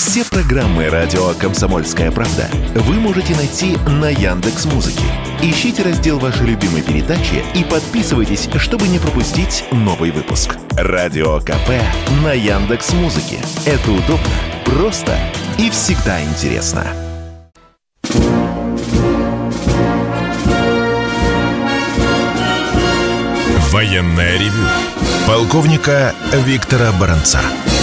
Все программы радио «Комсомольская правда» вы можете найти на Яндекс.Музыке. Ищите раздел вашей любимой передачи и подписывайтесь, чтобы не пропустить новый выпуск. Радио КП на Яндекс.Музыке. Это удобно, просто и всегда интересно. Военное ревю полковника Виктора Баранца.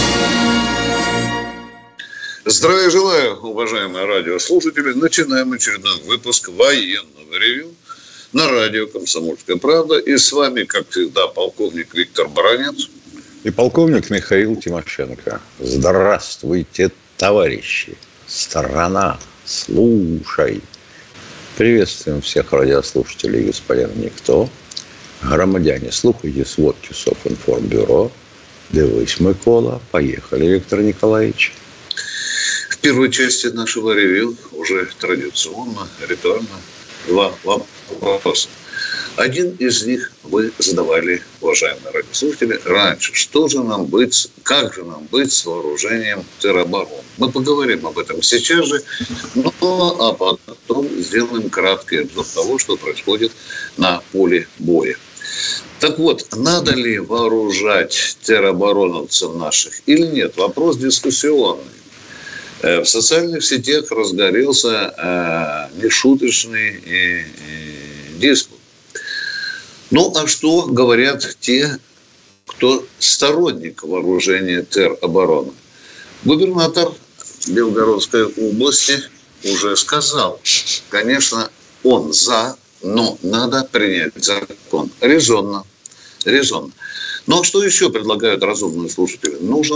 Здравия желаю, уважаемые радиослушатели. Начинаем очередной выпуск военного ревю на радио «Комсомольская правда». И с вами, как всегда, полковник Виктор Баранец. И полковник Михаил Тимошенко. Здравствуйте, товарищи. Страна, слушай. Приветствуем всех радиослушателей, господин Никто. Громадяне, слухайте сводки Софинформбюро. Дивись, Микола. Поехали, Виктор Николаевич. В первой части нашего ревью уже традиционно, ритуально два вопроса. Один из них вы задавали, уважаемые радиослушатели, раньше. Как же нам быть с вооружением теробороны? Мы поговорим об этом сейчас же, а потом сделаем краткий обзор того, что происходит на поле боя. Так вот, надо ли вооружать теробороновцев наших или нет? Вопрос дискуссионный. В социальных сетях разгорелся нешуточный диспут. Ну, а что говорят те, кто сторонник вооружения теробороны? Губернатор Белгородской области уже сказал, конечно, он за, но надо принять закон. Резонно. Но что еще предлагают разумные слушатели?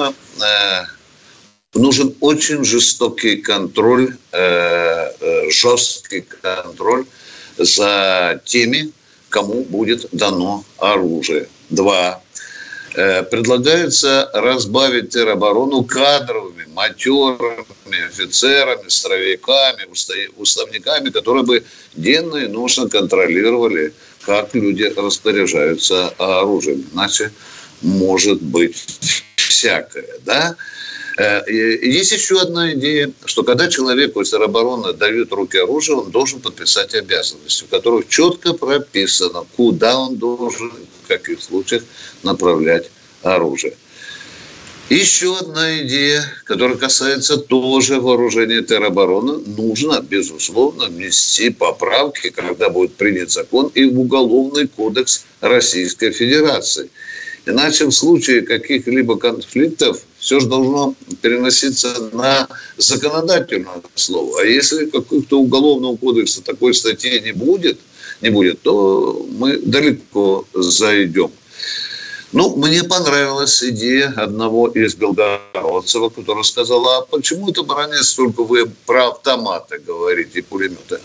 Нужен очень жестокий контроль, жесткий контроль за теми, кому будет дано оружие. 2. Предлагается разбавить тероборону кадровыми, матерыми офицерами, строевиками, уставниками, которые бы денно и ночно контролировали, как люди распоряжаются оружием. Иначе может быть всякое, да? Есть еще одна идея, что когда человеку из теробороны дают в руки оружие, он должен подписать обязанности, в которых четко прописано, куда он должен, в каких случаях направлять оружие. Еще одна идея, которая касается тоже вооружения теробороны, нужно, безусловно, внести поправки, когда будет принят закон, и в Уголовный кодекс Российской Федерации. Иначе в случае каких-либо конфликтов все же должно переноситься на законодательное слово. А если какого-то уголовного кодекса такой статьи не будет, то мы далеко зайдем. Мне понравилась идея одного из белгородцев, который сказал, а почему это, Баранец, только вы про автоматы говорите и пулеметы?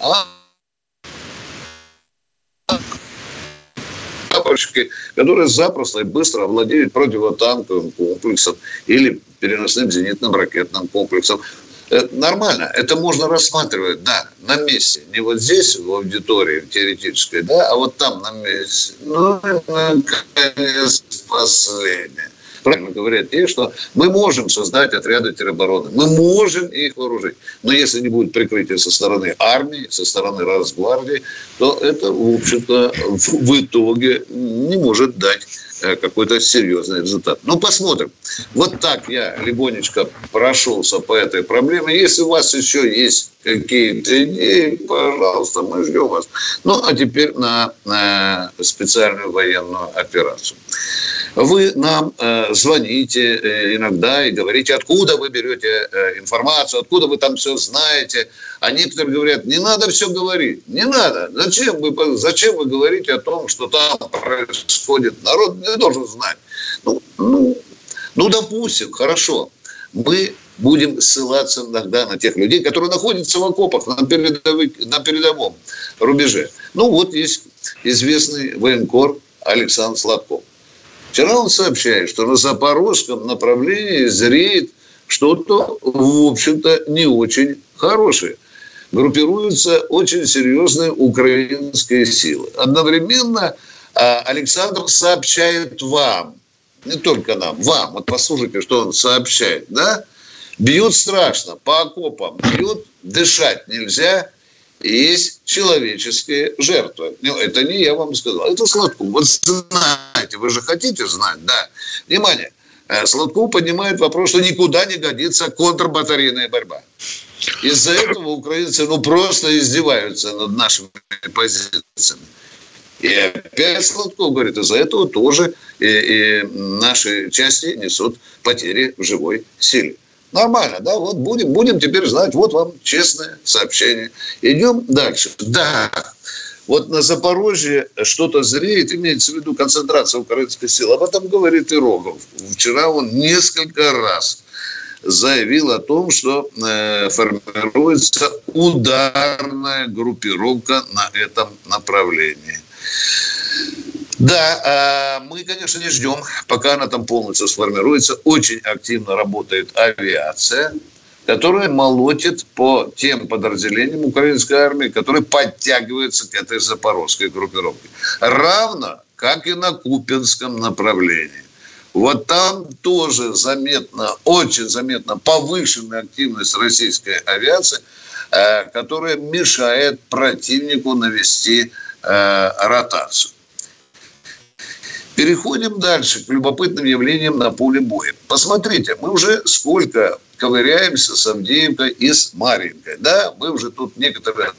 Которые запросто и быстро владеют противотанковым комплексом или переносным зенитным ракетным комплексом. Нормально, это можно рассматривать, да, на месте. Не вот здесь, в аудитории теоретической, да, а вот там на месте. Наконец, последнее. Правильно говорят те, что мы можем создать отряды теробороны. Мы можем их вооружить. Но если не будет прикрытия со стороны армии, со стороны Росгвардии, то это, в общем-то, в итоге не может дать какой-то серьезный результат. Посмотрим. Вот так я легонечко прошелся по этой проблеме. Если у вас еще есть какие-то идеи, пожалуйста, мы ждем вас. А теперь на специальную военную операцию. Вы нам звоните иногда и говорите, откуда вы берете информацию, откуда вы там все знаете. А некоторые говорят, не надо все говорить, не надо. Зачем вы говорите о том, что там происходит? Народ не должен знать. Допустим, хорошо. Мы будем ссылаться иногда на тех людей, которые находятся в окопах на передовом рубеже. Есть известный военкор Александр Сладков. Вчера он сообщает, что на запорожском направлении зреет что-то, в общем-то, не очень хорошее. Группируются очень серьезные украинские силы. Одновременно Александр сообщает вам, не только нам, вам, послушайте, что он сообщает, да? Бьют страшно, по окопам бьют, дышать нельзя, и есть человеческие жертвы. Это не я вам сказал, это Сладков. Вот знаете, вы же хотите знать, да. Внимание, Сладков поднимает вопрос, что никуда не годится контрбатарейная борьба. Из-за этого украинцы просто издеваются над нашими позициями. И опять Сладков говорит, из-за этого тоже и наши части несут потери в живой силе. Нормально, да? Вот будем теперь знать, вот вам честное сообщение. Идем дальше. Да, вот на Запорожье что-то зреет, имеется в виду концентрация украинской силы. Об этом говорит и Рогов. Вчера он несколько раз заявил о том, что формируется ударная группировка на этом направлении. Да, мы, конечно, не ждем, пока она там полностью сформируется. Очень активно работает авиация, которая молотит по тем подразделениям украинской армии, которые подтягиваются к этой запорожской группировке. Равно, как и на Купянском направлении. Вот там тоже заметно, очень заметно повышенная активность российской авиации, которая мешает противнику навести ротацию. Переходим дальше к любопытным явлениям на поле боя. Посмотрите, мы уже сколько ковыряемся с Авдеевкой и с Марьинкой. Да, мы уже тут некоторые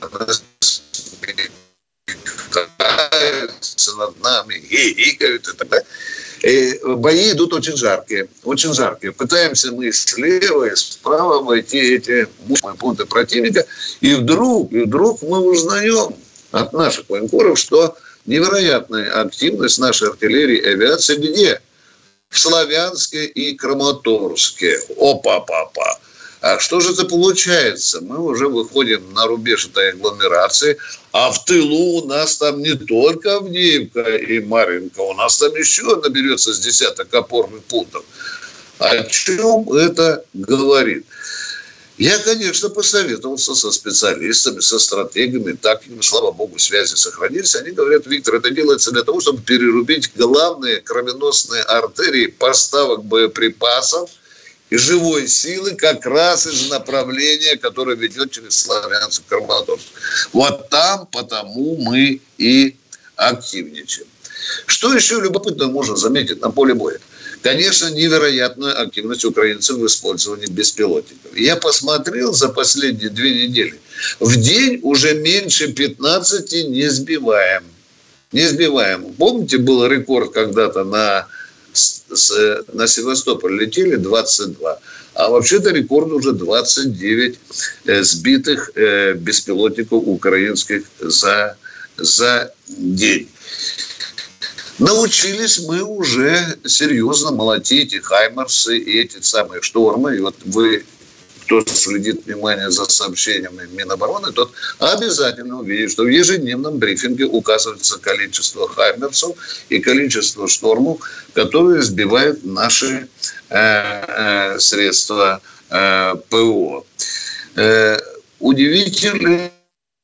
над нами, гикают и так далее. И бои идут очень жаркие, очень жаркие. Пытаемся мы слева и справа войти эти пункты противника. И вдруг мы узнаем от наших военкоров, что невероятная активность нашей артиллерии и авиации где? В Славянске и Краматорске. Опа-папа. А что же это получается? Мы уже выходим на рубеж этой агломерации, а в тылу у нас там не только Авдеевка и Марьинка, у нас там еще наберется с десяток опорных пунктов. О чем это говорит? Я, конечно, посоветовался со специалистами, со стратегами, так, слава богу, связи сохранились. Они говорят, Виктор, это делается для того, чтобы перерубить главные кровеносные артерии поставок боеприпасов и живой силы как раз из направления, которое ведет через Славянск, Краматорск. Вот там потому мы и активничаем. Что еще любопытного можно заметить на поле боя? Конечно, невероятную активность украинцев в использовании беспилотников. Я посмотрел за последние 2 недели. В день уже меньше 15 не сбиваем. Не сбиваем. Помните, был рекорд когда-то на Севастополь летели 22. А вообще-то рекорд уже 29 сбитых беспилотников украинских за день. Научились мы уже серьезно молотить и хаймерсы, и эти самые штормы. И вот вы, кто следит внимание за сообщениями Минобороны, тот обязательно увидит, что в ежедневном брифинге указывается количество хаймерсов и количество штормов, которые сбивают наши средства ПВО. Удивительно.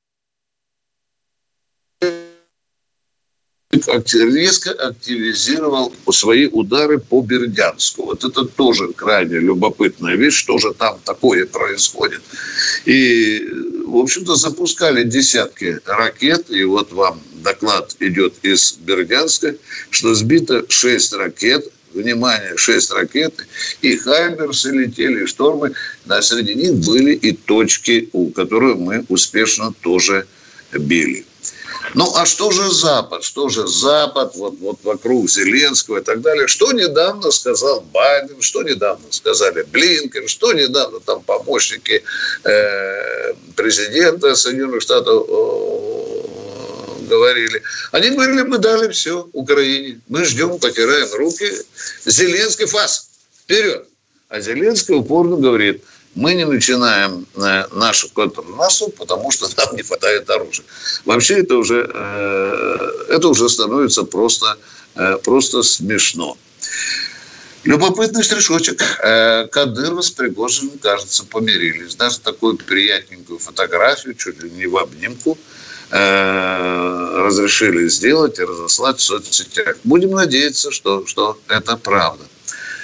Резко активизировал свои удары по Бердянску. Вот это тоже крайне любопытная вещь, что же там такое происходит. И, в общем-то, запускали десятки ракет, и вот вам доклад идет из Бердянска, что сбито 6 ракет, внимание, 6 ракет, и хаймерсы летели, и штормы, а среди них были и точки, которые мы успешно тоже били. Ну, а что же Запад? Что же Запад, вот вокруг Зеленского и так далее? Что недавно сказал Байден, что недавно сказали Блинкен, что недавно там помощники президента Соединенных Штатов говорили. Они говорили, мы дали все Украине. Мы ждем, потираем руки. Зеленский фас, вперед. А Зеленский упорно говорит, мы не начинаем нашу контрнаступ, потому что нам не хватает оружия. Вообще это уже становится просто смешно. Любопытный штришочек. Кадыров с Пригожиным, кажется, помирились. Даже такую приятненькую фотографию, чуть ли не в обнимку, разрешили сделать и разослать в соцсетях. Будем надеяться, что это правда.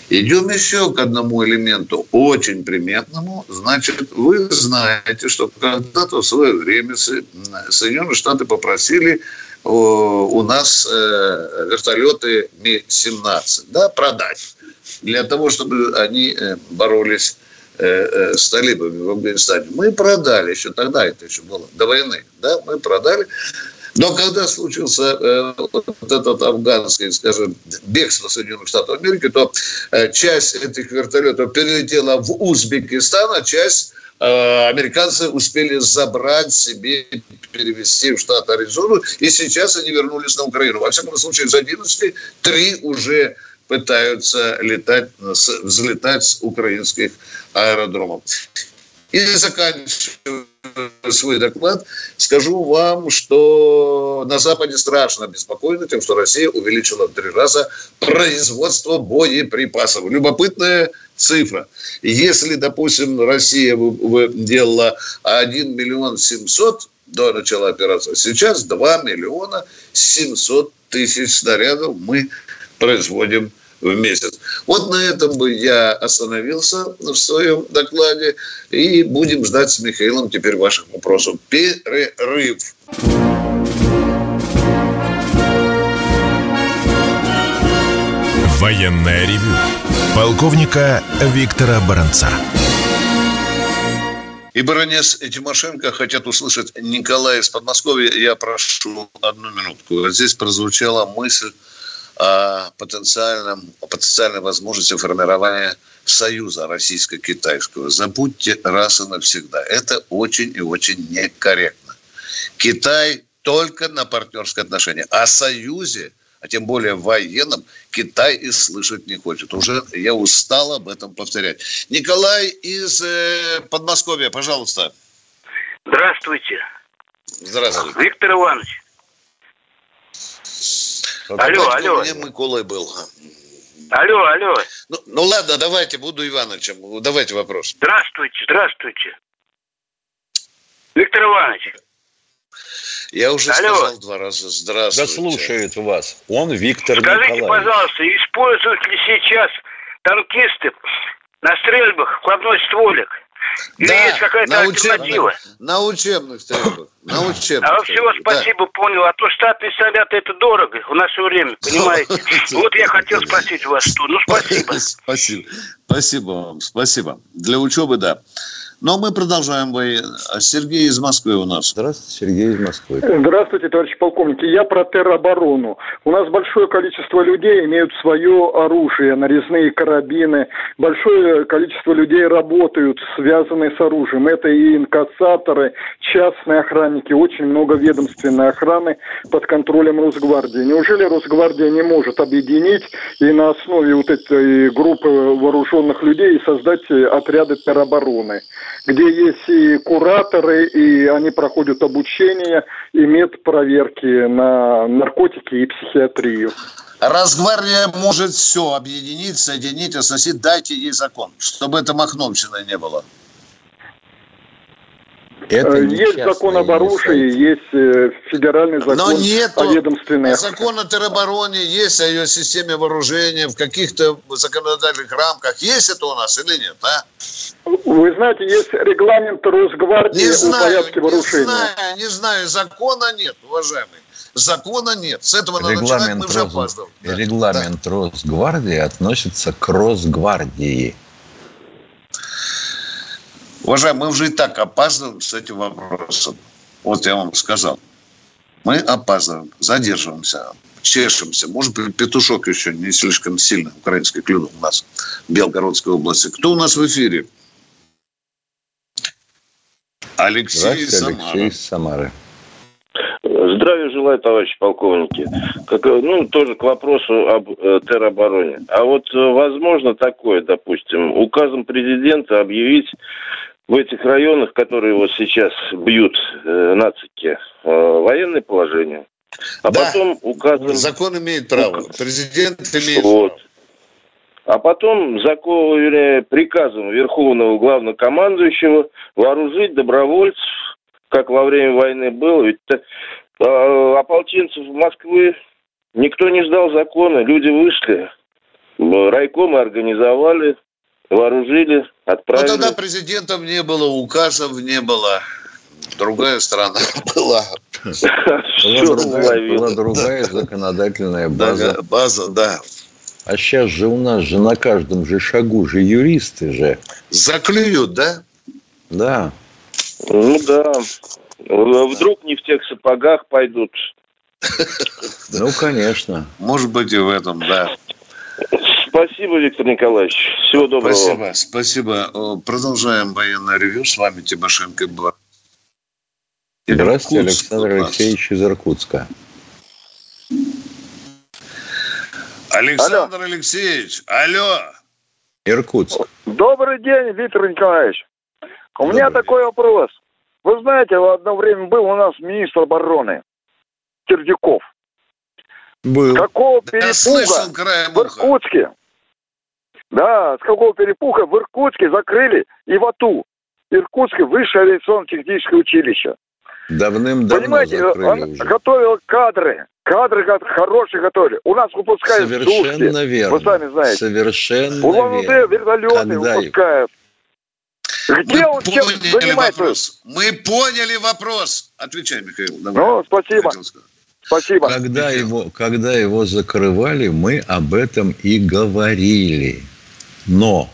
Идем еще к одному элементу, очень приметному. Значит, вы знаете, что когда-то в свое время Соединенные Штаты попросили у нас вертолеты Ми-17, продать. Для того, чтобы они боролись с талибами в Афганистане. Мы продали еще тогда, это еще было до войны, мы продали. Но когда случился вот этот афганский, скажем, бегство Соединенных Штатов Америки, то часть этих вертолетов перелетела в Узбекистан, а часть американцы успели забрать себе, перевезти в штат Аризону, и сейчас они вернулись на Украину. Во всяком случае, из 11 3 уже пытаются взлетать с украинских аэродромов. И заканчиваю свой доклад, скажу вам, что на Западе страшно обеспокоены тем, что Россия увеличила в 3 раза производство боеприпасов. Любопытная цифра. Если, допустим, Россия делала 1 миллион 700 до начала операции, сейчас 2 миллиона 700 тысяч снарядов мы производим в месяц. Вот на этом бы я остановился в своем докладе. И будем ждать с Михаилом теперь ваших вопросов. Перерыв. Военное ревю полковника Виктора Баранца. И баронец и Тимошенко хотят услышать Николая из Подмосковья. Я прошу 1 минутку. Вот здесь прозвучала мысль о потенциальной возможности формирования союза российско-китайского. Забудьте раз и навсегда. Это очень и очень некорректно. Китай только на партнерские отношения. О союзе, а тем более военном, Китай и слышать не хочет. Уже я устал об этом повторять. Николай из Подмосковья, пожалуйста. Здравствуйте. Здравствуйте. Виктор Иванович. Алло. Мне Миколай был. Алло. Ну ладно, давайте, буду Ивановичем. Давайте вопрос. Здравствуйте. Виктор Иванович. Я уже сказал 2 раза здравствуйте. Да слушает вас. Он Виктор Скажите, Николаевич. пожалуйста, используют ли сейчас танкисты на стрельбах входной стволик? Или есть какая-то альтернатива? На учебных стрельбах. Всего спасибо, понял. А то штатные снаряды это дорого в наше время, понимаете? Вот я хотел спросить у вас что. Спасибо. Спасибо вам, спасибо. Для учебы, да. Но мы продолжаем. Сергей из Москвы у нас. Здравствуйте, Сергей из Москвы. Здравствуйте, товарищи полковники. Я про тероборону. У нас большое количество людей имеют свое оружие, нарезные карабины. Большое количество людей работают, связанные с оружием. Это и инкассаторы, частные охранники, очень много ведомственной охраны под контролем Росгвардии. Неужели Росгвардия не может объединить и на основе вот этой группы вооруженных людей создать отряды теробороны, где есть и кураторы, и они проходят обучение, и медпроверки на наркотики и психиатрию? Росгвардия может все объединить, соединить, оснастить. Дайте ей закон, чтобы это махновщиной не было. Есть закон об оружии, есть федеральный закон о ведомственной охране. Закон о теробороне, есть о ее системе вооружения, в каких-то законодательных рамках. Есть это у нас или нет, Вы знаете, есть регламент Росгвардии о порядке вооружения. Не знаю, закона нет, уважаемый. Закона нет. С этого надо начинать, мы уже опаздываем. Регламент Росгвардии относится к Росгвардии. Уважаемые, мы уже и так опаздываем с этим вопросом. Вот я вам сказал. Мы опаздываем, задерживаемся, чешемся. Может быть, петушок еще не слишком сильно украинский клюнул у нас в Белгородской области. Кто у нас в эфире? Алексей из Самары. Здравия желаю, товарищи полковники. Тоже к вопросу об теробороне. А вот возможно такое, допустим, указом президента объявить в этих районах, которые вот сейчас бьют нацики, военное положение. А да, потом указом... Закон имеет право. Президент имеет право. А потом приказом Верховного Главнокомандующего вооружить добровольцев, как во время войны было. Ведь ополченцев Москвы никто не ждал закона, люди вышли, Райкомы организовали, вооружили, отправили. Ну, тогда президентов не было, указов не было. Другая страна была. Была другая законодательная база. База, да. А сейчас же у нас же на каждом же шагу же юристы же. Заклюют, да? Да. Ну да. Вдруг не в тех сапогах пойдут. Ну, конечно. Может быть, и в этом, да. Спасибо, Виктор Николаевич. Всего доброго. Спасибо. Продолжаем военное ревью. С вами Тимошенко. Здравствуйте, Александр Алексеевич из Иркутска. Александр Алексеевич, алло. Иркутск. Добрый день, Виктор Николаевич. У меня такой вопрос. Вы знаете, в одно время был у нас министр обороны Сердюков. Был. С какого перепуга в Иркутске? Да, с какого перепуга в Иркутске закрыли ИВАТУ, Иркутское высшее авиационно-техническое училище. Давным-давно. Понимаете, он уже готовил кадры хорошие готовили. У нас выпускают совершенно сушки, верно. вы сами знаете. Совершенно Улан-Удэ вертолеты выпускают. Где он чем занимается? Мы поняли вопрос. Отвечай, Михаил. Давай. Ну, спасибо. Спасибо. Когда его закрывали, мы об этом и говорили. Но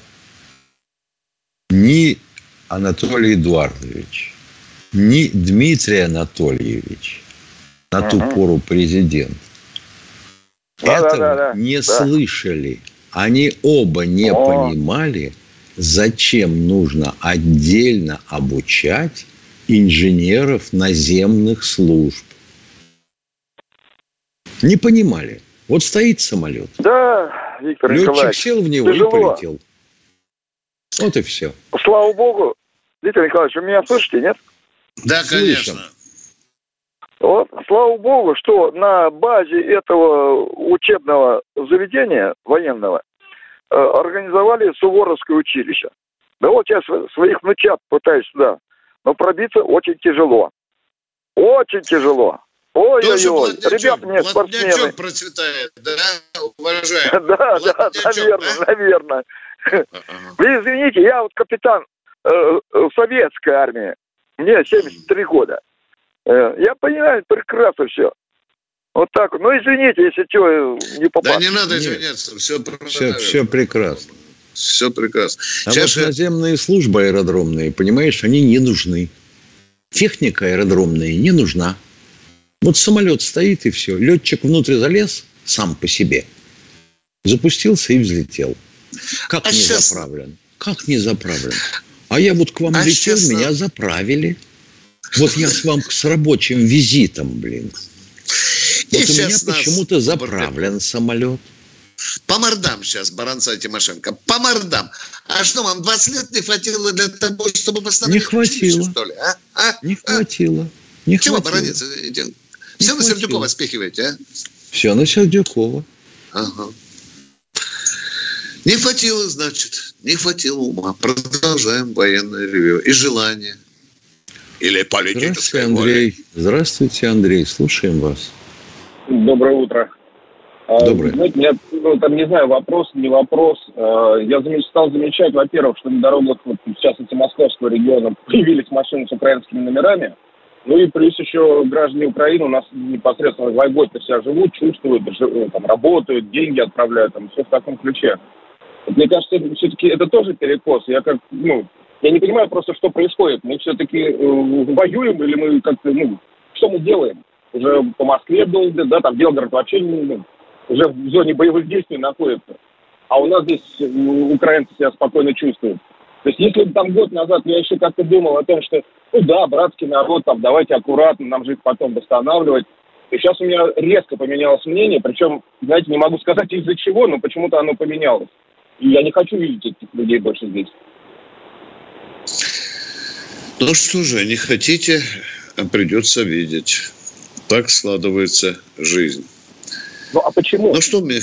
ни Анатолий Эдуардович, ни Дмитрий Анатольевич, на ту пору президент, этого не слышали. Они оба не понимали, зачем нужно отдельно обучать инженеров наземных служб. Не понимали. Вот стоит самолет. Да, Виктор Николаевич. Летчик сел в него и полетел. Вот и все. Слава богу. Виктор Николаевич, вы меня слышите, нет? Да, конечно. Вот, слава богу, что на базе этого учебного заведения военного организовали Суворовское училище. Да вот я своих внучат пытаюсь сюда. Но пробиться очень тяжело. Очень тяжело. Ой-ой-ой. Ребята мне спортсмены. Процветает, да, уважаемый? Да, наверное. Вы извините, я вот капитан советской армии. Мне 73 года. Я понимаю прекрасно все. Вот так вот. Ну, извините, если что, не попал. Да не надо извиняться. Все прекрасно. Все прекрасно. А вот наземные службы аэродромные, понимаешь, они не нужны. Техника аэродромная не нужна. Вот самолет стоит и все. Летчик внутрь залез сам по себе. Запустился и взлетел. Как не заправлен? Как не заправлен? А я вот к вам летел, меня заправили. Вот я с вам с рабочим визитом, блин. Вот у меня почему-то заправлен самолет. По мордам сейчас, Баранца Тимошенко. По мордам. А что, вам 20 лет не хватило для того, чтобы восстановить? Не хватило. Что ли? Не хватило. Чего, Баранец? Все на Сердюкова спихиваете, а? Все на Сердюкова. Ага. Не хватило, значит. Не хватило ума. Продолжаем военное ревью. И желание. Или политическое. Здравствуйте, Андрей. Слушаем вас. Доброе утро. Доброе. Знаете, у меня, там, не знаю, вопрос, не вопрос. Я стал замечать, во-первых, что на дорогах, вот, в частности, московского региона, появились машины с украинскими номерами. Ну и плюс еще граждане Украины у нас непосредственно войготно себя живут, чувствуют, там, работают, деньги отправляют, там, все в таком ключе. Вот, мне кажется, все-таки это тоже перекос. Я не понимаю просто, что происходит. Мы все-таки воюем или мы как-то, что мы делаем? Уже по Москве долго, да, там Белгород вообще уже в зоне боевых действий находится. А у нас здесь украинцы себя спокойно чувствуют. То есть, если там год назад я еще как-то думал о том, что, братский народ, там, давайте аккуратно, нам же их потом восстанавливать. И сейчас у меня резко поменялось мнение, причем, знаете, не могу сказать из-за чего, но почему-то оно поменялось. И я не хочу видеть этих людей больше здесь. Ну что же, не хотите, а придется видеть. Так складывается жизнь. Ну, а почему?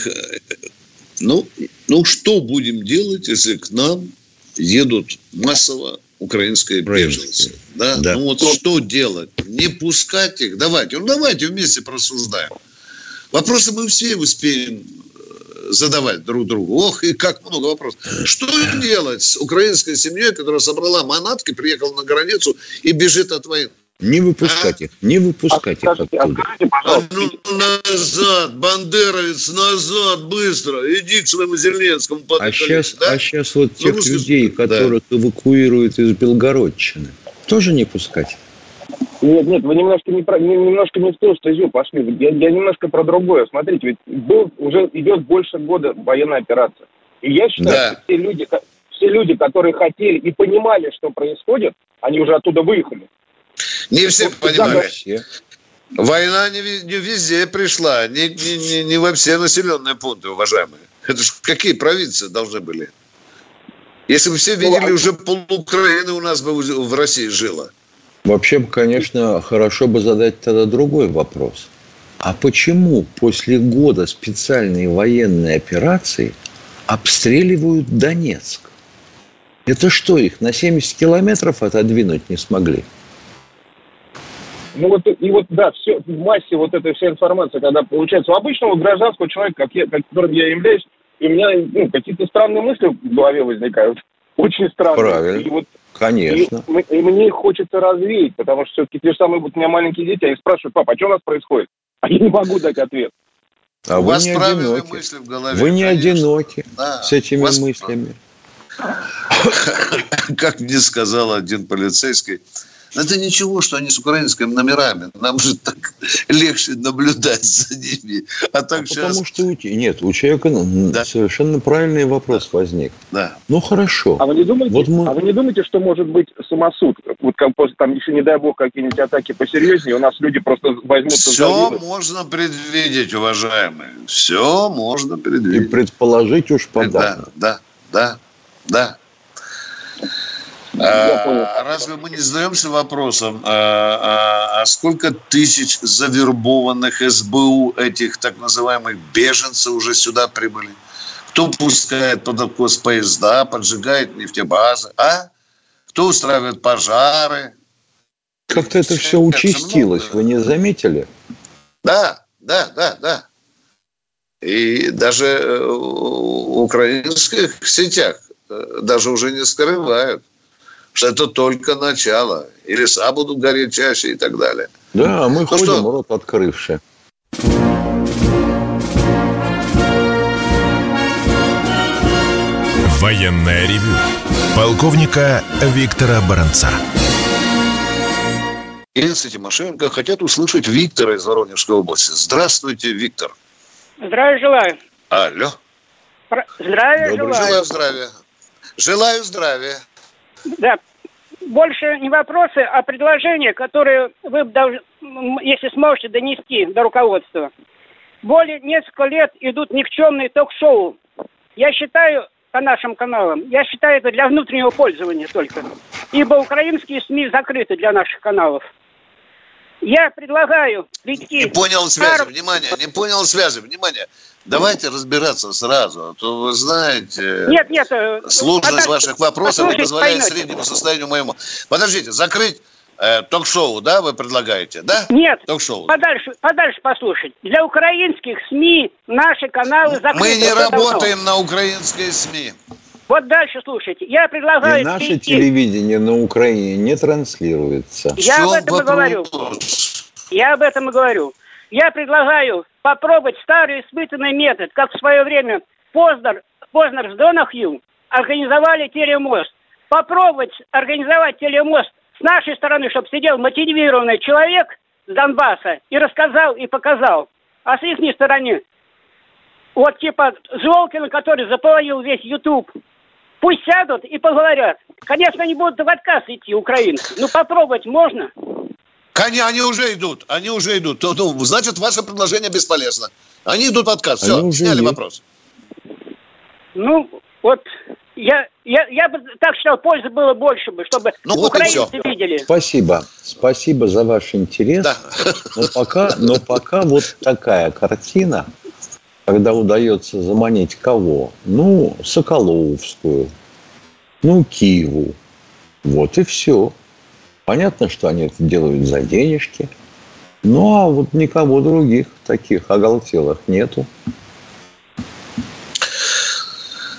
Что будем делать, если к нам едут массово украинские беженцы? Да? Да. Что делать? Не пускать их? Давайте вместе просуждаем. Вопросы мы все успеем задавать друг другу. Ох, и как много вопросов. Что делать с украинской семьей, которая собрала манатки, приехала на границу и бежит от войны? Не выпускать их, не выпускать их оттуда. Назад, бандеровец, назад, быстро. Иди к своему Зеленскому. А сейчас вот тех людей, которых эвакуируют из Белгородчины, тоже не пускать? Нет, вы немножко не в ту стезю пошли. Я немножко про другое. Смотрите, ведь уже идет больше года военная операция. И я считаю, что все люди, которые хотели и понимали, что происходит, они уже оттуда выехали. Не все понимали. Война не везде пришла, не во все населенные пункты, уважаемые. Это ж какие провинции должны были? Если бы все видели, уже пол-Украины у нас бы в России жило. Вообще, конечно, хорошо бы задать тогда другой вопрос. А почему после года специальной военной операции обстреливают Донецк? Это что, их на 70 километров отодвинуть не смогли? Ну все, в массе вот этой вся информация, когда получается у обычного гражданского человека, которым я являюсь, и у меня какие-то странные мысли в голове возникают. Очень странные. Правильно. Конечно. И мне их хочется развеять, потому что все-таки те же самые у меня маленькие дети, они спрашивают: папа, а что у нас происходит? А я не могу дать ответ. А вы не одиноки. Мысли в голове, вы не одиноки с этими мыслями. Как мне сказал один полицейский, это ничего, что они с украинскими номерами. Нам же так легче наблюдать за ними. Потому что у человека совершенно правильный вопрос возник. Да. Ну, хорошо. А вы не думаете, что может быть самосуд? Вот после еще, не дай бог, какие-нибудь атаки посерьезнее, у нас люди просто возьмутся за вилы. Все можно предвидеть, уважаемые. Все можно предвидеть. И предположить уж подавно. Да. Разве мы не задаемся вопросом, а сколько тысяч завербованных СБУ этих так называемых беженцев уже сюда прибыли? Кто пускает под откос поезда, поджигает нефтебазы, Кто устраивает пожары? Как-то это все участилось, вы не заметили? Да. И даже в украинских сетях даже уже не скрывают, что это только начало. И леса будут гореть чаще и так далее. Да, мы ходим, рот открывши. Военное ревю полковника Виктора Баранца. Елена Тимошенко хотят услышать Виктора из Воронежской области. Здравствуйте, Виктор. Здравия желаю. Алло. Здравия желаю. Желаю здравия. Да. Больше не вопросы, а предложения, которые вы должны, если сможете, донести до руководства. Более несколько лет идут никчемные ток-шоу. Я считаю, по нашим каналам, это для внутреннего пользования только. Ибо украинские СМИ закрыты для наших каналов. Я предлагаю прийти... Не понял связи, внимание. Давайте разбираться сразу, а то вы знаете... Нет. Сложность ваших вопросов не позволяет среднему состоянию моему. Подождите, закрыть ток-шоу, да, вы предлагаете, да? Нет, ток-шоу. Подальше послушать. Для украинских СМИ наши каналы закрыты. Мы не работаем на украинские СМИ. Вот дальше слушайте. Я предлагаю... И наше телевидение на Украине не транслируется. Я об этом и говорю. Я предлагаю попробовать старый испытанный метод, как в свое время Познер с Донахью организовали телемост. Попробовать организовать телемост с нашей стороны, чтобы сидел мотивированный человек с Донбасса и рассказал, и показал. А с их стороны, вот типа Золкина, который заполонил весь YouTube, пусть сядут и поговорят. Конечно, они будут в отказ идти, украинцы. Но попробовать можно. Они уже идут. Значит, ваше предложение бесполезно. Они идут в отказ. Все, сняли вопрос. Вот я бы так считал, пользы было больше бы, чтобы украинцы видели. Спасибо за ваш интерес. Да. Но пока вот такая картина, когда удается заманить кого? Соколовскую, Киеву. Вот и все. Понятно, что они это делают за денежки. А вот никого других таких оголтелых нету.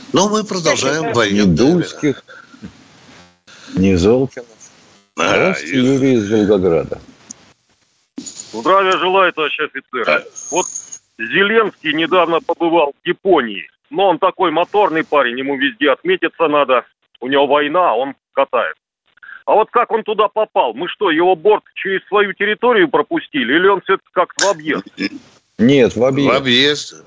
Но мы продолжаем военные. Ни Дульских, ни Золкинов. Юрий из Волгограда. Здравия желаю, товарищ офицер. Вот Зеленский недавно побывал в Японии. Но он такой моторный парень, ему везде отметиться надо. У него война, он катает. А вот как он туда попал? Мы что, его борт через свою территорию пропустили? Или он все-таки как-то в объезд? Нет, в объезд.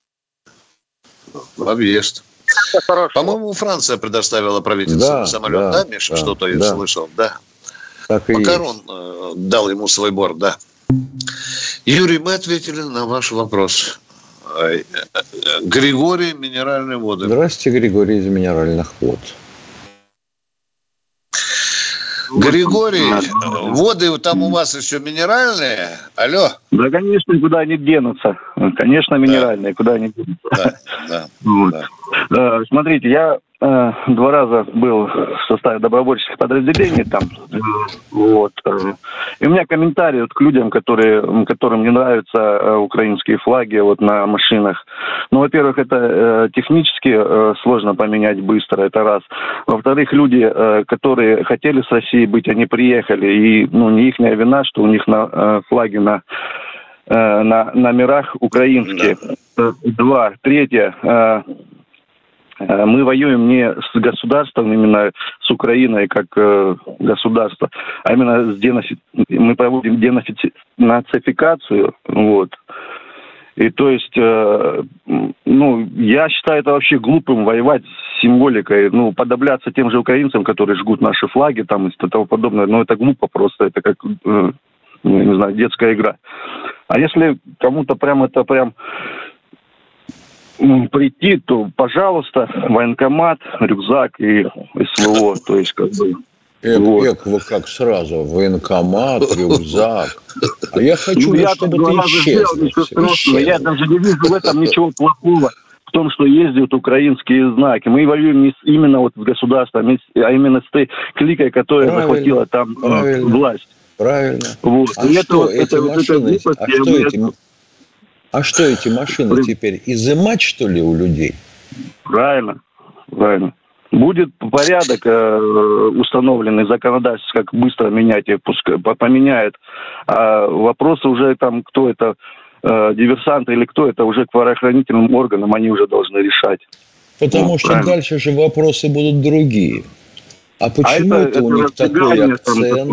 В объезд. По-моему, Франция предоставила правительству самолет, да, Миша? Что-то я слышал, да. Макарон дал ему свой борт, да. Юрий, мы ответили на ваш вопрос. Григорий, минеральные воды. Здравствуйте, Григорий из минеральных вод. Григорий, воды там у вас еще минеральные? Алло? Да, конечно, никуда они денутся. Конечно, минеральные, куда они денутся. Да. Смотрите, я 2 раза был в составе добровольческих подразделений там. Вот. И у меня комментарий к людям, которым не нравятся украинские флаги вот на машинах. Ну, во-первых, это технически сложно поменять быстро, это раз. Во-вторых, люди, которые хотели с Россией быть, они приехали, и не их вина, что у них на флаги на номерах украинские. 2. 3. Мы воюем не с государством, именно с Украиной как государство, а именно мы проводим денацификацию. Вот. И то есть, я считаю это вообще глупым воевать с символикой, подобляться тем же украинцам, которые жгут наши флаги там и тому подобное. Это глупо просто, это как, не знаю, детская игра. А если кому-то прям прийти, то, пожалуйста, военкомат, рюкзак и СВО, то есть как бы... Вы как сразу, военкомат, рюкзак. А я хочу, чтобы ты исчез. Я даже не вижу в этом ничего плохого, в том, что ездят украинские знаки. Мы воюем не именно вот с государством, а именно с той кликой, которая захватила там власть. Правильно. Вот. А что эти машины теперь? Изымать, что ли, у людей? Правильно. Будет порядок установленный законодательство, как быстро менять их, пускай поменяет. А вопросы уже там, кто это, диверсанты или кто это, уже к правоохранительным органам они уже должны решать. Потому что правильно. Дальше же вопросы будут другие. А почему это у них такой акцент?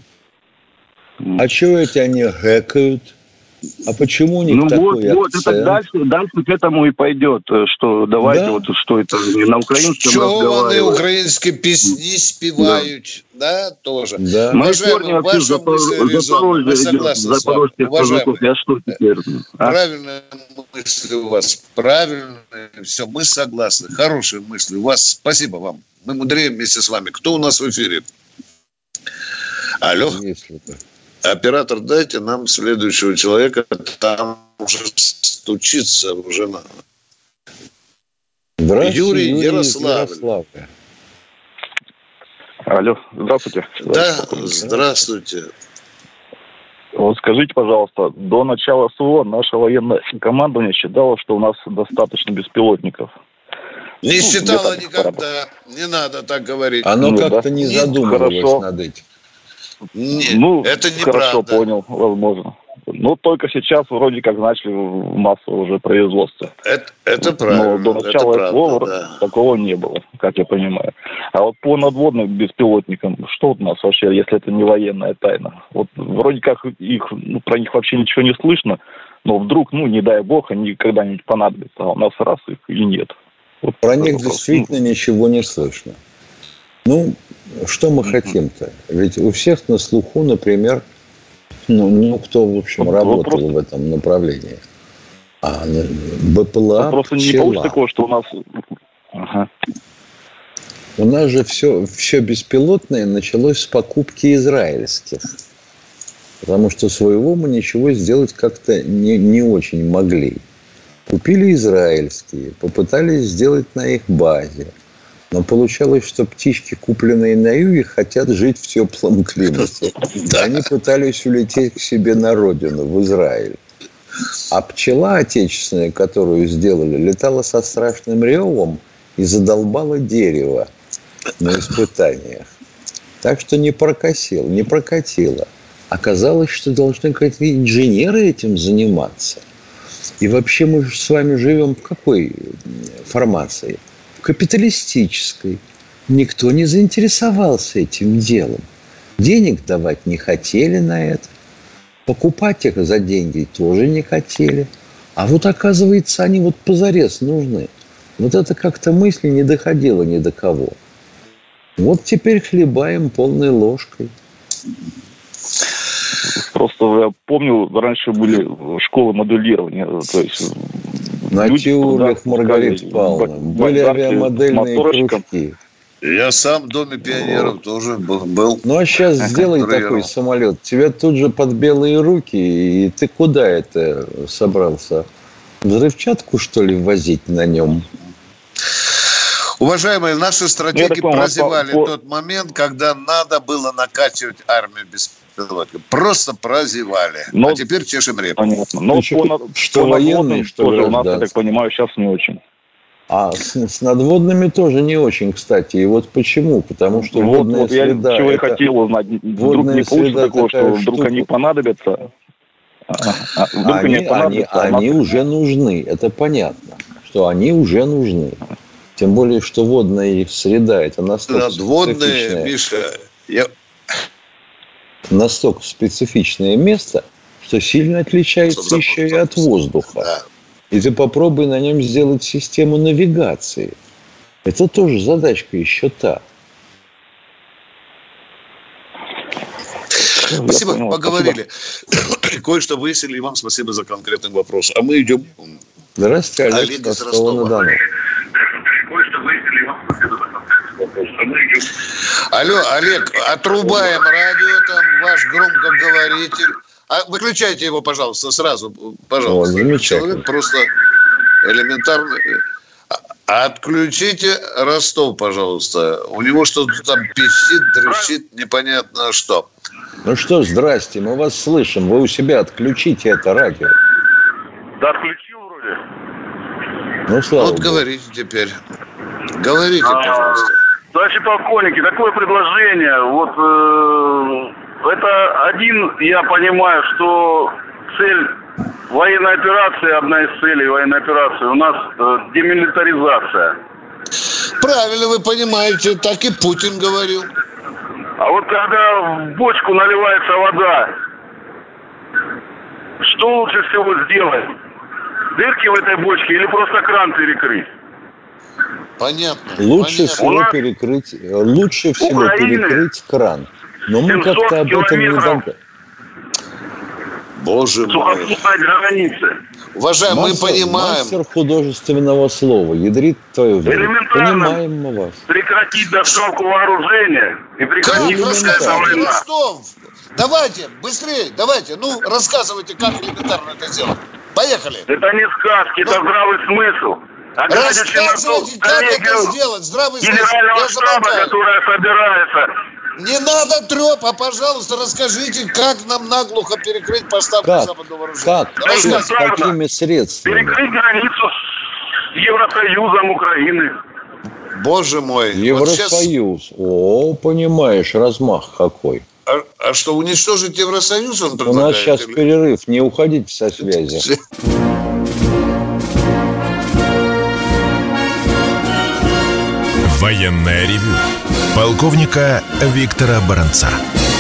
А чего эти они гэкают? А почему у них такой акцент? Это дальше к этому и пойдет, что давайте что это на украинском разговаривать. Чего украинские песни спевают, да, тоже. Да. Уважаемый, ваша мысль резонна, мы согласны с вами. Уважаемый, я что теперь? Правильная мысль у вас, правильная, все, мы согласны, хорошие мысли у вас, спасибо вам, мы мудреем вместе с вами. Кто у нас в эфире? Алло? Оператор, дайте нам следующего человека. Там уже стучится уже на... Юрий Ярославль. Алло, здравствуйте. Да, здравствуйте. Вот скажите, пожалуйста, до начала СВО наше военное командование считало, что у нас достаточно беспилотников. Не считало никогда. Не надо так говорить. Оно как-то не задумывалось над этим. Нет, это неправда. Хорошо, понял, возможно. Только сейчас вроде как начали в массовое уже производство. Это правильно. Но до начала СВО такого не было, как я понимаю. А вот по надводным беспилотникам, что у нас вообще, если это не военная тайна? Вот вроде как про них вообще ничего не слышно, но вдруг, не дай бог, они когда-нибудь понадобятся, а у нас раз их и нет. Вот про них действительно ничего не слышно. Что мы хотим-то? Ведь у всех на слуху, например, кто, в общем, работал в этом направлении. БПЛА, просто не получится такого, что у нас... У нас же все беспилотное началось с покупки израильских. Потому что своего мы ничего сделать как-то не очень могли. Купили израильские, попытались сделать на их базе. Но получалось, что птички, купленные на юге, хотят жить в теплом климате. Они пытались улететь к себе на родину, в Израиль. А пчела отечественная, которую сделали, летала со страшным ревом и задолбало дерево на испытаниях. Так что не прокатило. Оказалось, что должны какие-то инженеры этим заниматься. И вообще мы же с вами живем в какой формации? В капиталистической. Никто не заинтересовался этим делом. Денег давать не хотели на это. Покупать их за деньги тоже не хотели. А вот, оказывается, они вот позарез нужны. Вот это как-то мысли не доходило ни до кого. Вот теперь хлебаем полной ложкой. Просто я помню, раньше были школы моделирования. То есть на теориях, Маргарита Павловна, были авиамодельные кружки. Я сам в Доме пионеров тоже был. Ну, а сейчас сделай такой самолет. Тебя тут же под белые руки, и ты куда это собрался? Взрывчатку, что ли, возить на нем? Уважаемые, наши стратеги прозевали тот момент, когда надо было накачивать армию беспилотников. Просто прозевали. А теперь чешем репу. Но что военные, что тоже у нас, я так понимаю, сейчас не очень. А с надводными тоже не очень, кстати. И вот почему? Потому что водная среда... Я чего и хотел узнать. Вдруг не получится такого, что вдруг они понадобятся. Они уже нужны. Это понятно, что они уже нужны. Тем более, что водная среда – это настолько специфичное... Миша, настолько специфичное место, что сильно отличается еще и от воздуха. Да. И ты попробуй на нем сделать систему навигации. Это тоже задачка еще та. Спасибо, поговорили. Кое-что выяснили, и вам спасибо за конкретный вопрос. А мы идем... Здравствуйте, Олег из Ростова-на-Дону. Алло, Олег, отрубаем радио, там ваш громкоговоритель. Выключайте его, пожалуйста, сразу. Пожалуйста. Человек просто элементарно. Отключите Ростов, пожалуйста. У него что-то там пищит, трещит, непонятно что. Ну что, здрасте, мы вас слышим. Вы у себя отключите это радио. Да, отключил вроде. Ну, слава Богу. Говорите теперь. Говорите, пожалуйста. Товарищи полковники, такое предложение. Вот это один, я понимаю, что цель военной операции, одна из целей военной операции у нас демилитаризация. Правильно вы понимаете, так и Путин говорил. А вот когда в бочку наливается вода, что лучше всего сделать? Дырки в этой бочке или просто кран перекрыть? Понятно. Лучше всего перекрыть кран. Но мы как-то об этом не думали. Боже мой. Уважаемые, мы понимаем. Мастер художественного слова. Ядрит твою веру. Понимаем мы вас. Прекратить доставку вооружения и прекратить война. Давайте, быстрее, давайте. Ну, рассказывайте, как элементарно это сделать. Поехали. Это не сказки, это здравый смысл. Рассказывайте, как это сделать. Здравый смысл. Генерального штаба, которая собирается. Не надо трёпа, пожалуйста, расскажите, как нам наглухо перекрыть поставку западного вооружения. Какими средствами? Перекрыть границу с Евросоюзом Украины. Боже мой. Евросоюз. О, понимаешь, размах какой. А что, уничтожить Евросоюз он предлагает? У нас сейчас перерыв, не уходите со связи. Военное ревю полковника Виктора Баранца.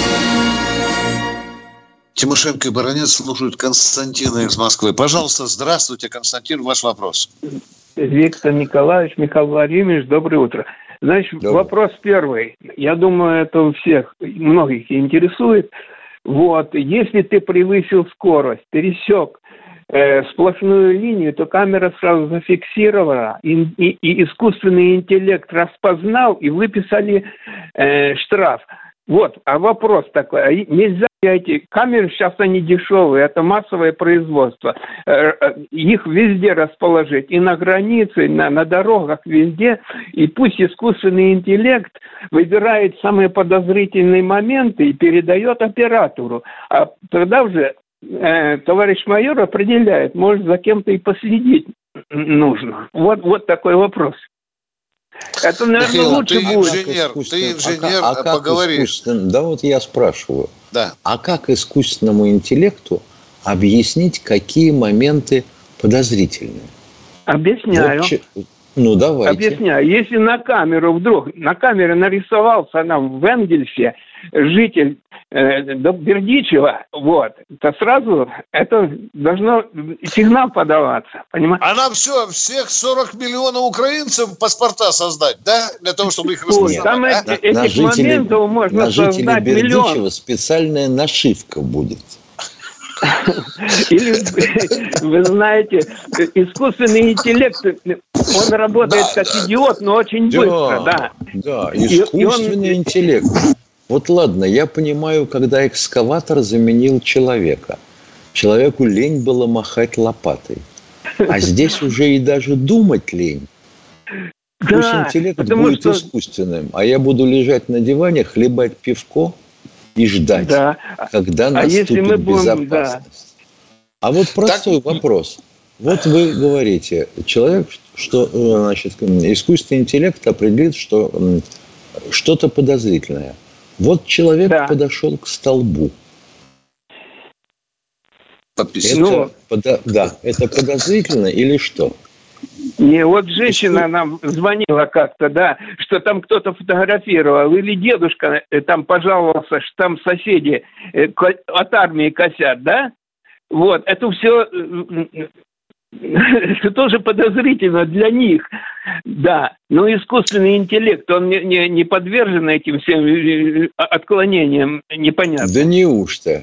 Тимошенко и Баранец слушают Константина из Москвы. Пожалуйста, здравствуйте, Константин, ваш вопрос. Виктор Николаевич, Михаил Владимирович, доброе утро. Значит, вопрос первый. Я думаю, это у всех, многих интересует. Вот, если ты превысил скорость, пересек сплошную линию, то камера сразу зафиксировала, и искусственный интеллект распознал, и выписали штраф. Вот, а вопрос такой, нельзя эти камеры, сейчас они дешевые, это массовое производство, их везде расположить, и на границе, на дорогах, везде, и пусть искусственный интеллект выбирает самые подозрительные моменты и передает оператору, а тогда уже товарищ майор определяет, может, за кем-то и последить нужно. Вот такой вопрос. Это, наверное, Михаил, лучше ты будет. инженер, поговори. Да вот я спрашиваю. Да. А как искусственному интеллекту объяснить, какие моменты подозрительные? Объясняю. Ну, давайте. Объясняю. Если на камере нарисовался нам в Энгельсе житель Бердичева, вот, то сразу это должно сигнал подаваться, понимаете? А нам всех 40 миллионов украинцев паспорта создать, да? Для того, чтобы их распознавать. Там этих моментов можно создать миллион. На Бердичева специальная нашивка будет. Или, вы знаете, искусственный интеллект, он работает как идиот, но очень быстро, да. Да, искусственный интеллект. Вот ладно, я понимаю, когда экскаватор заменил человека. Человеку лень было махать лопатой. А здесь уже и даже думать лень. Пусть интеллект будет искусственным, а я буду лежать на диване, хлебать пивко и ждать, когда наступит безопасность. А вот простой вопрос. Вот вы говорите, человек, что, значит, искусственный интеллект определит, что что-то подозрительное. Вот человек подошел к столбу. Это подозрительно или что? Не, вот женщина нам звонила как-то, да, что там кто-то фотографировал, или дедушка там пожаловался, что там соседи от армии косят, да? Вот, это все тоже подозрительно для них, да. Но искусственный интеллект, он не подвержен этим всем отклонениям непонятным. Да неужто?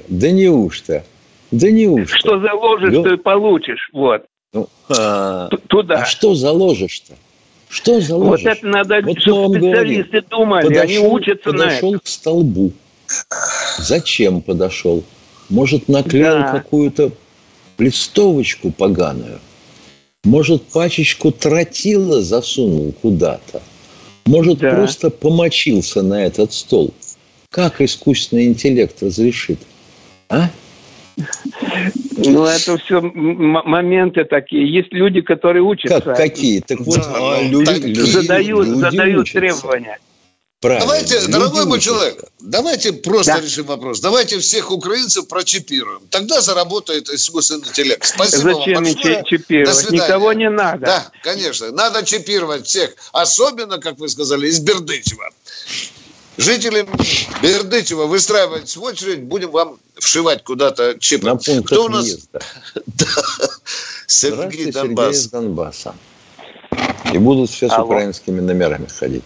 Что заложишь, то и получишь, вот. Туда. А что заложишь-то? Что заложишь? Вот это надо, чтобы специалисты думали, они учатся на это. Подошел к столбу. Зачем подошел? Может, наклеил какую-то листовочку поганую? Может, пачечку тротила засунул куда-то? Может, просто помочился на этот стол? Как искусственный интеллект разрешит? А? Ну, это все моменты такие. Есть люди, которые учатся. Как какие? Так вот, люди задают требования. Правильно. Давайте, дорогой мой человек, давайте просто решим вопрос. Давайте всех украинцев прочипируем. Тогда заработает искусственный интеллект. Спасибо Зачем вам большое. Чипировать? Никого не надо. Да, конечно. Надо чипировать всех. Особенно, как вы сказали, из Бердичева. Жителям Бердичева выстраивать в очередь, будем вам вшивать куда-то чипы. Кто у нас? Сергей из Донбасса. И будут все с украинскими номерами ходить.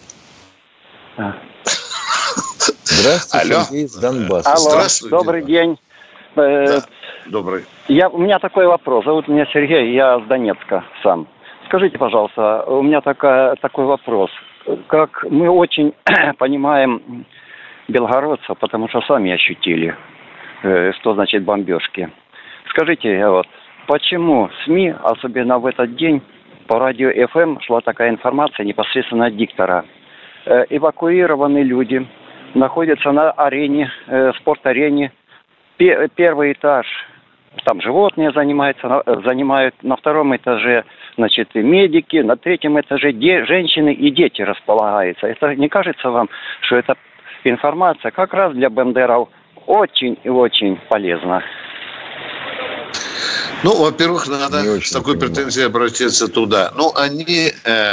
Здравствуйте, Сергей из Донбасса. Здравствуйте. Добрый день. Добрый. У меня такой вопрос. Зовут меня Сергей, я с Донецка сам. Скажите, пожалуйста, у меня такой вопрос. Как мы очень понимаем белгородцев, потому что сами ощутили, что значит бомбежки. Скажите, почему СМИ, особенно в этот день, по радио ФМ шла такая информация непосредственно от диктора. Эвакуированные люди находятся на арене, спорт-арене. Первый этаж, там животные занимают, на втором этаже, значит, медики, на третьем этаже женщины и дети располагаются. Это не кажется вам, что эта информация как раз для бандеров очень и очень полезна? Ну, во-первых, надо с такой претензией обратиться туда. Ну, они,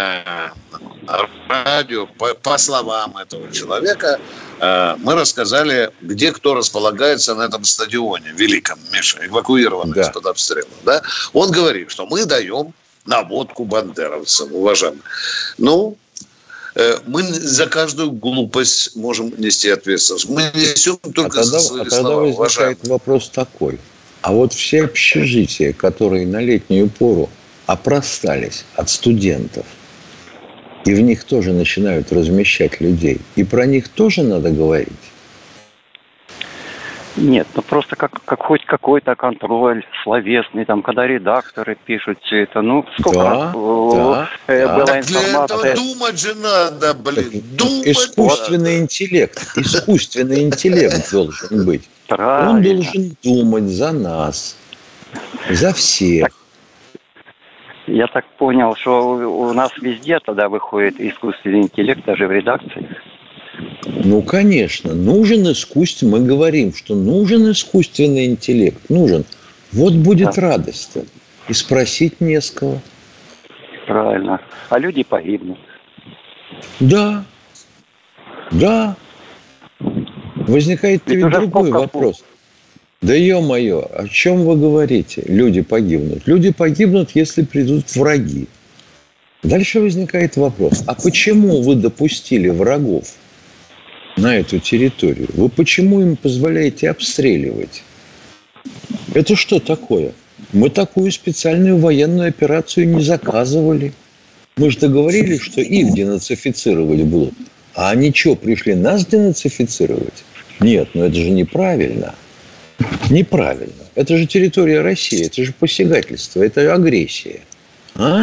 радио, по словам этого человека, мы рассказали, где кто располагается на этом стадионе великом, Миша, эвакуированный из-под обстрела. Да? Он говорит, что мы даем наводку бандеровцам, уважаемые. Ну, мы за каждую глупость можем нести ответственность. Мы несем только за свои слова. Тогда возникает вопрос такой. А вот все общежития, которые на летнюю пору опростались от студентов, и в них тоже начинают размещать людей, и про них тоже надо говорить? Нет, просто как хоть какой-то контроль словесный, там, когда редакторы пишут все это, сколько была информация. Для этого думать же надо, думать. Искусственный интеллект должен быть. Правильно. Он должен думать за нас, за всех. Я так понял, что у нас везде тогда выходит искусственный интеллект, даже в редакции. Ну, конечно, нужен искусственный, мы говорим, что нужен искусственный интеллект, нужен. Вот будет радость. И спросить не с кого. Правильно. А люди погибнут. Да. Да. Возникает ведь другой вопрос. Да ё-моё, о чем вы говорите? Люди погибнут. Люди погибнут, если придут враги. Дальше возникает вопрос. А почему вы допустили врагов на эту территорию? Вы почему им позволяете обстреливать? Это что такое? Мы такую специальную военную операцию не заказывали. Мы же договорились, что их денацифицировать будут. А они что, пришли нас денацифицировать? Нет, ну это же неправильно. Неправильно. Это же территория России, это же посягательство, это агрессия. А?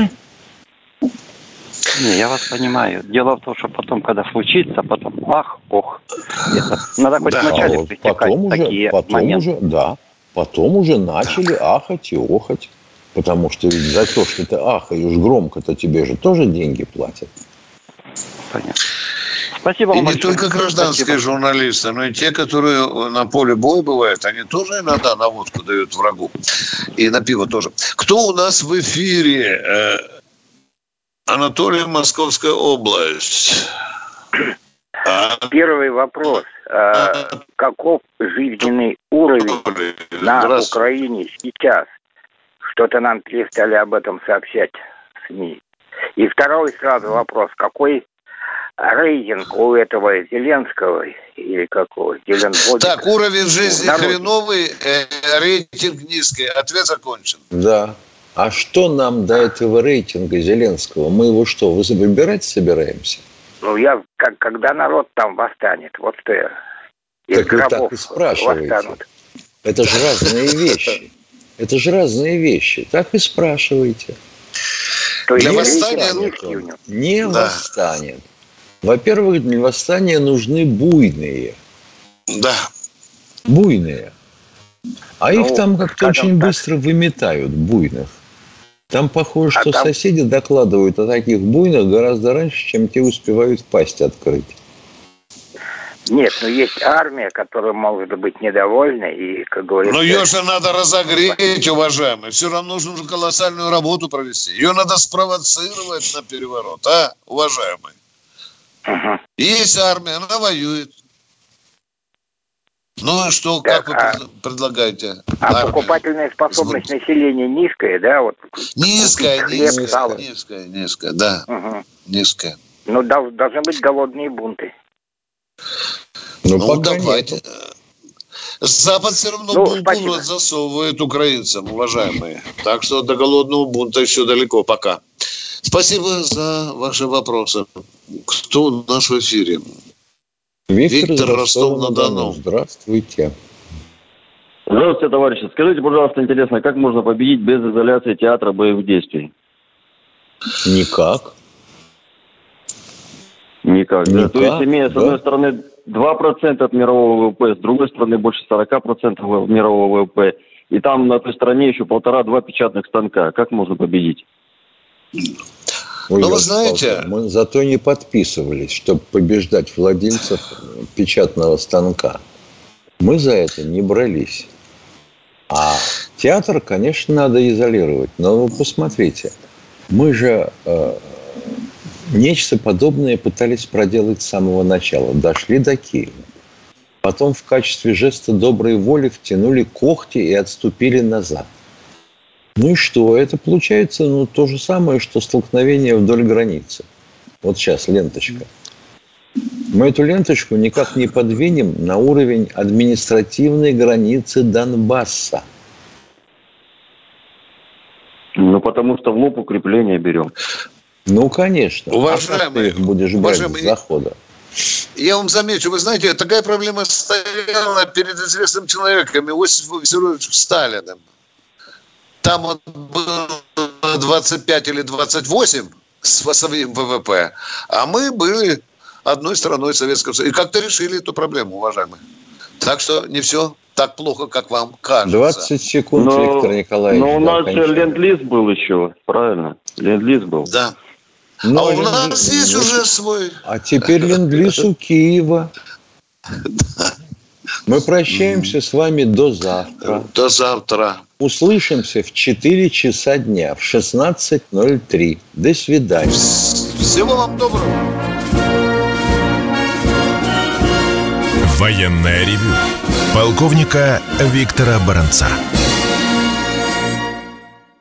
Не, я вас понимаю. Дело в том, что потом, когда случится, потом ах, ох. Это надо хоть вначале пресекать такие моменты. Потом уже начали ахать и охать. Потому что ведь за то, что ты ахаешь громко-то, тебе же тоже деньги платят. Понятно. Спасибо вам и большое. Не только гражданские журналисты, но и те, которые на поле боя бывают, они тоже иногда на водку дают врагу. И на пиво тоже. Кто у нас в эфире? Анатолий, Московская область. Первый вопрос. Каков жизненный уровень на Украине сейчас? Что-то нам перестали об этом сообщать СМИ. И второй сразу вопрос. Какой рейтинг у этого Зеленского или какого? Так, уровень жизни хреновый, рейтинг низкий. Ответ закончен. Да. А что нам до этого рейтинга Зеленского? Мы его что, выбирать собираемся? Ну, когда народ там восстанет. Вот что я... Так вы так и спрашиваете. Восстанут. Это же разные вещи. Это же разные вещи. Так и спрашиваете. Для восстания не восстанет. Во-первых, для восстания нужны буйные. Да. Буйные. А их там как-то очень быстро выметают, буйных. Там похоже, что соседи докладывают о таких буйных гораздо раньше, чем те успевают пасть открыть. Нет, но есть армия, которая может быть недовольна и, как говорится... Но ее же надо разогреть, уважаемые. Все равно нужно колоссальную работу провести. Ее надо спровоцировать на переворот, уважаемые? Есть армия, она воюет. Ну, а что, так, как вы предлагаете? А покупательная способность населения низкая, да? Вот, низкая, да. Низкая. Ну, должны быть голодные бунты. Ну давайте. Запад все равно булку засовывает украинцам, уважаемые. Так что до голодного бунта еще далеко пока. Спасибо за ваши вопросы. Кто у нас в эфире? Виктор Ростов-на-Дону. Здравствуйте. Здравствуйте, товарищи. Скажите, пожалуйста, интересно, как можно победить без изоляции театра боевых действий? Никак. Никак. Да? То есть, имея, с одной стороны, 2% от мирового ВВП, с другой стороны, больше 40% мирового ВВП, и там на той стороне еще 1,5-2 печатных станка. Как можно победить? Ну, вы знаете... Мы зато не подписывались, чтобы побеждать владельцев печатного станка. Мы за это не брались. А театр, конечно, надо изолировать. Но вы посмотрите, мы же... Нечто подобное пытались проделать с самого начала. Дошли до Киева. Потом в качестве жеста доброй воли втянули когти и отступили назад. Ну и что? Это получается то же самое, что столкновение вдоль границы. Вот сейчас ленточка. Мы эту ленточку никак не подвинем на уровень административной границы Донбасса. Ну, потому что в лоб укрепления берем. Ну, конечно. Уважаемые, ты их будешь брать с захода? Я вам замечу, вы знаете, такая проблема стояла перед известным человеком, Иосифом Виссарионовичем Сталиным. Там он был 25 или 28 с своим ВВП, а мы были одной страной Советского Союза. И как-то решили эту проблему, уважаемые. Так что не все так плохо, как вам кажется. 20 секунд, Виктор Николаевич. Но у нас же ленд-лиз был еще, правильно? Ленд-лиз был. Да. Но у нас есть уже свой. А теперь ленд-лиз у Киева. Мы прощаемся с вами до завтра. До завтра. Услышимся в 4 часа дня, в 16:03. До свидания. Всего вам доброго. Военное ревю полковника Виктора Баранца.